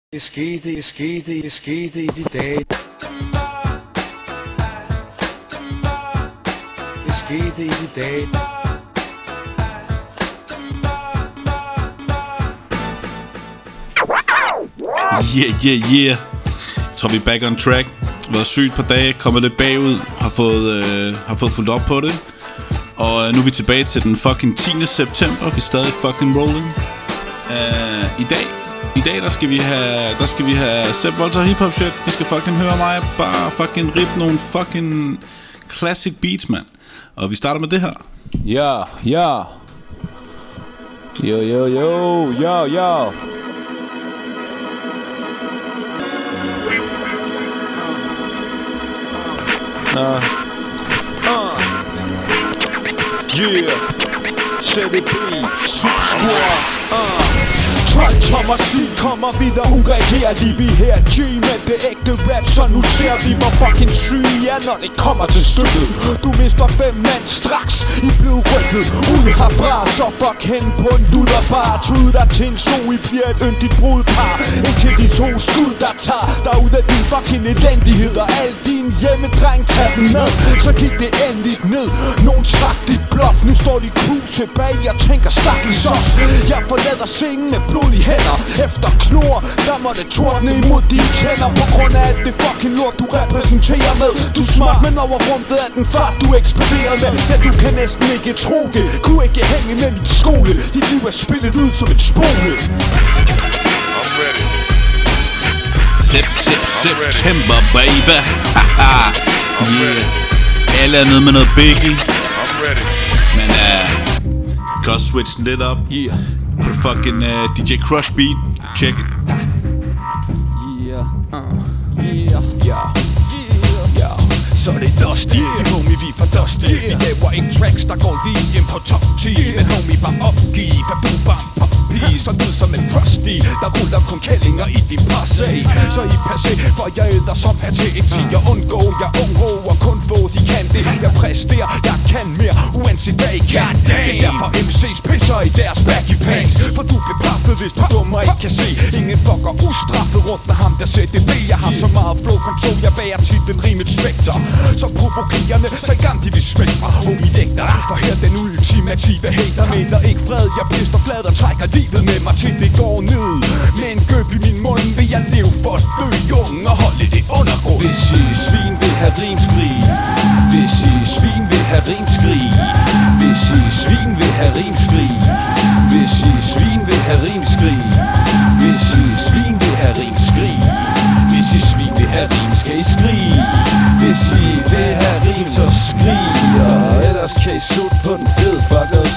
Det skete i de dage. Det skete i de dage. Yeah. Jeg tror vi er back on track. Været sygt på dage, kommet lidt bagud, har fået fulgt op på det. Og nu er vi tilbage til den fucking 10. september. Vi er stadig fucking rolling. I dag der skal vi have Sepp Walter hiphop shit. Vi skal fucking høre mig bare fucking rip nogle fucking classic beats, man. Og vi starter med det her. Ja. Yo. Yeah. CDB, Subsquad, 12 tommer stil kommer videre ureagerlig. Vi her G med det ægte rap, så nu ser vi hvor fucking syge I er, når det kommer til stykket. Du mister 5 mand straks, I blev rykket ud herfra, så fuck hen på en luderbar. Tud dig til en so, I bliver et yndigt brudpar, indtil de 2 skud der tager dig ud af din fucking elendighed. Og al din hjemmedreng, tag den med, så gik det endeligt ned. Nogen trak dit bluff, nu står de crew tilbage. Jeg tænker stakkels os, jeg forlader sengen med blod i hænder. Efter knor, der må det tordne imod dine tænder. På grund af alt det fucking lort du repræsenterer med. Du er smart, men overrumtet af den fart du ekspederer med. Ja, du kan næsten ikke tro det. Kunne ikke hænge med mit skole. Dit liv er spillet ud som et spole. September, baby. Yeah. Alle er nede med noget Biggie. Men kan også switch den lidt op. Yeah. På det fucking DJ Crush beat. Check it. Så det er Dusty, homie, vi er for Dusty. Vi laver ikke tracks, der går lige ind på top 10. Men homie, bare opgiv, for du er bare en poppy. Så du som en Krusty, der ruller kun kællinger i din passe. Så I passe, for jeg æder som paté. Ikke til at undgå, jeg undgår og kun få, de kan det. Jeg præsterer, jeg kan mere, uanset hvad I kan. Det er derfor MC's pisser i deres baggy pants. For du bliver plaffet, hvis du dummer ikke kan se. Ingen fucker ustraffet rundt med ham, der sætter det. Jeg har så meget flow control, jeg bærer titlen rimelig spekter. Så provokerende, så i gang de vil svække mig. Homie, læg dig, for her den ultimative hater med der ikke fred. Jeg pister flad og trækker livet med mig til det går ned. Med en gøb i min mund vil jeg leve for at dø jung og holde det undergrund. Hvis I svin vil have rimskrig, hvis I svin vil have rimskrig, hvis I svin vil have rimskrig, hvis I svin vil have rimskrig, hvis I svin vil have rimskrig, hvis I svin vil have rim, skal I skrige. Hvis I vil have rim, så skrig. Og ellers kan I sutte på den fede fuckers.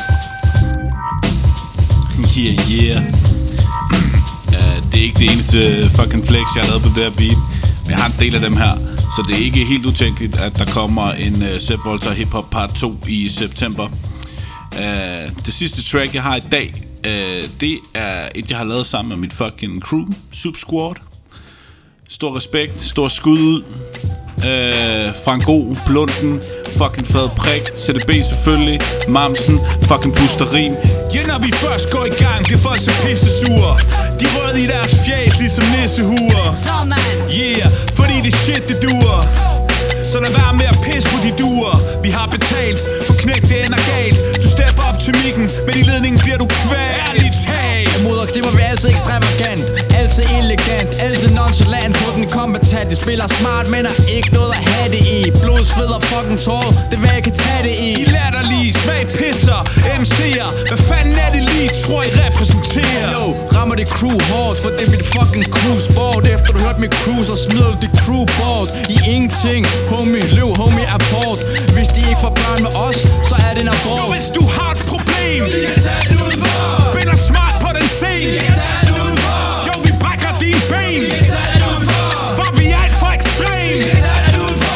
Yeah. Det er ikke det eneste fucking flex, jeg har lavet på det her beat. Men jeg har en del af dem her. Så det er ikke helt utænkeligt, at der kommer en Sepp Walter Hip Hop Part 2 i september. Det sidste track, jeg har i dag, det er et, jeg har lavet sammen med mit fucking crew, Subsquad. Stor respekt, stor skud ud. Franco, Blunden, fucking Fred Prik, CDB selvfølgelig, Mamsen, fucking Busterin. Ja, når vi først går i gang, bliver folk så pissesure. De røde i deres fjæs, ligesom nissehuer. Yeah, fordi det shit, det duer. Så lad være med at pisse på de duer. Vi har betalt, for knæk det ender galt. Du stepper op til mikken, men i ledningen bliver du kvalt. Ærligt talt. Moder, det må være altid ekstravagant, altid elegant, altid nonchalant på den kombatant. De spiller smart, men har ikke noget at have det i. Blod, sved og fucking tårer, det er hvad jeg kan tage det i. I latterlige, svag pisser, MC'er. Hvad fanden er det lige, tror I repræsenterer? Yo, rammer det crew hårdt, for det er mit fucking crew sport. Efter du hørte mit crew, så smider du det crew bort. I ingenting, homie, løv, homie, apport. Hvis de ikke får børn med os, så er det en abort. Jo, hvis du har et problem, vi kan tage det udfor. Spiller smart på den scene, vi kan tage det udfor. Jo, vi brækker dine ben, vi kan tage det udfor. For vi er alt for ekstrem, vi kan tage det udfor.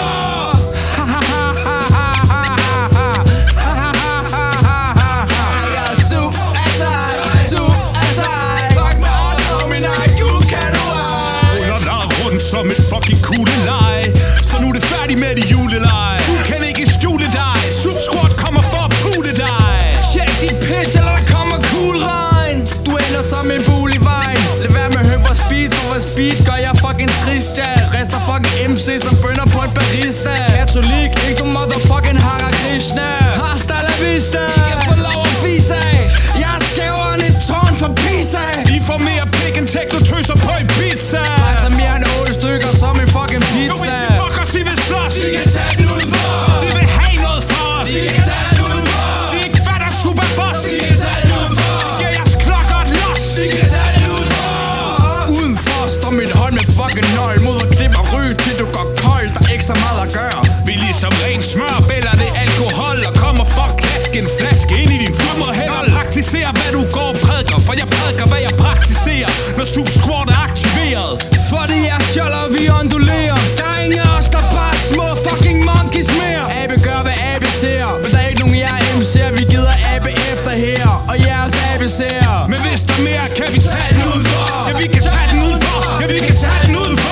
Som et fucking kugleleje. Så nu er det færdigt med det juleleje. Du kan ikke skjule dig. Subsquad kommer for at putte dig. Tjek dit pis, eller der kommer cool regn. Du ender som en bul i vejen. Lad være med at høre vores beat, for vores beat gør jeg fucking trist, ja. Rester fucking MC som bønder på en barista. Katolik, ikke du motherfucking Hare Krishna. Hasta la vista. Jeg får lov at vise af. Jeg er skævere end et tårn for Pisa. I får mere pik end teknotøser på en pizza. Rejser mere end 8 stykker som en fucking Jo, hvis pizza. vi fuck os, I vil slås. Vi kan tage den udenfor. Vi vil have noget for os. Vi kan tage den udenfor. Vi er ikke fatter superboss. Vi kan tage den udenfor. Giver jeres klokker et los. Vi kan tage den udenfor. Udenfor står mit hold med fucking nøgle. Mod at klippe og ryge til du går kold. Der er ikke så meget at gøre. Vi er ligesom ren smør, bæller det alkohol. Og kommer for at klaske en flaske ind i din fummerhæld. Praktiser hvad du går og prædiker. For jeg prædiker hvad jeg praktiserer. Når Super Squad er aktiveret. Fordi jeg sjoller, vi ondulerer. Der er ingen af os, der bare er små fucking monkeys mere. Abe gør, hvad abe ser. Men der er ikke nogen af jer MC'er. Vi gider abe efter her. Og jeres abe ser. Men hvis der er mere, kan vi tage den udenfor. Ja, vi kan tage den udenfor. Ja, vi kan tage den udenfor.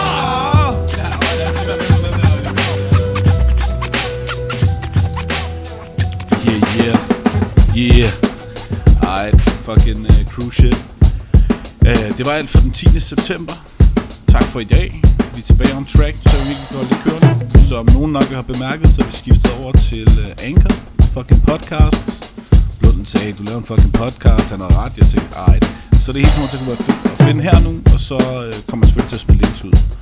Yeah. Alright, fucking cruise ship. Det var alt for den 10. september. Tak for i dag. Vi er tilbage on track, så vi kan godt lidt kørende. Som nogen nok har bemærket, så er vi skiftet over til Anchor. Fucking podcast. Blunden sagde, du laver en fucking podcast. Han har ret. Jeg tænkte, alright. Så det hele kommer til at være fedt at finde her nu. Og så kommer jeg selvfølgelig til at spille links ud.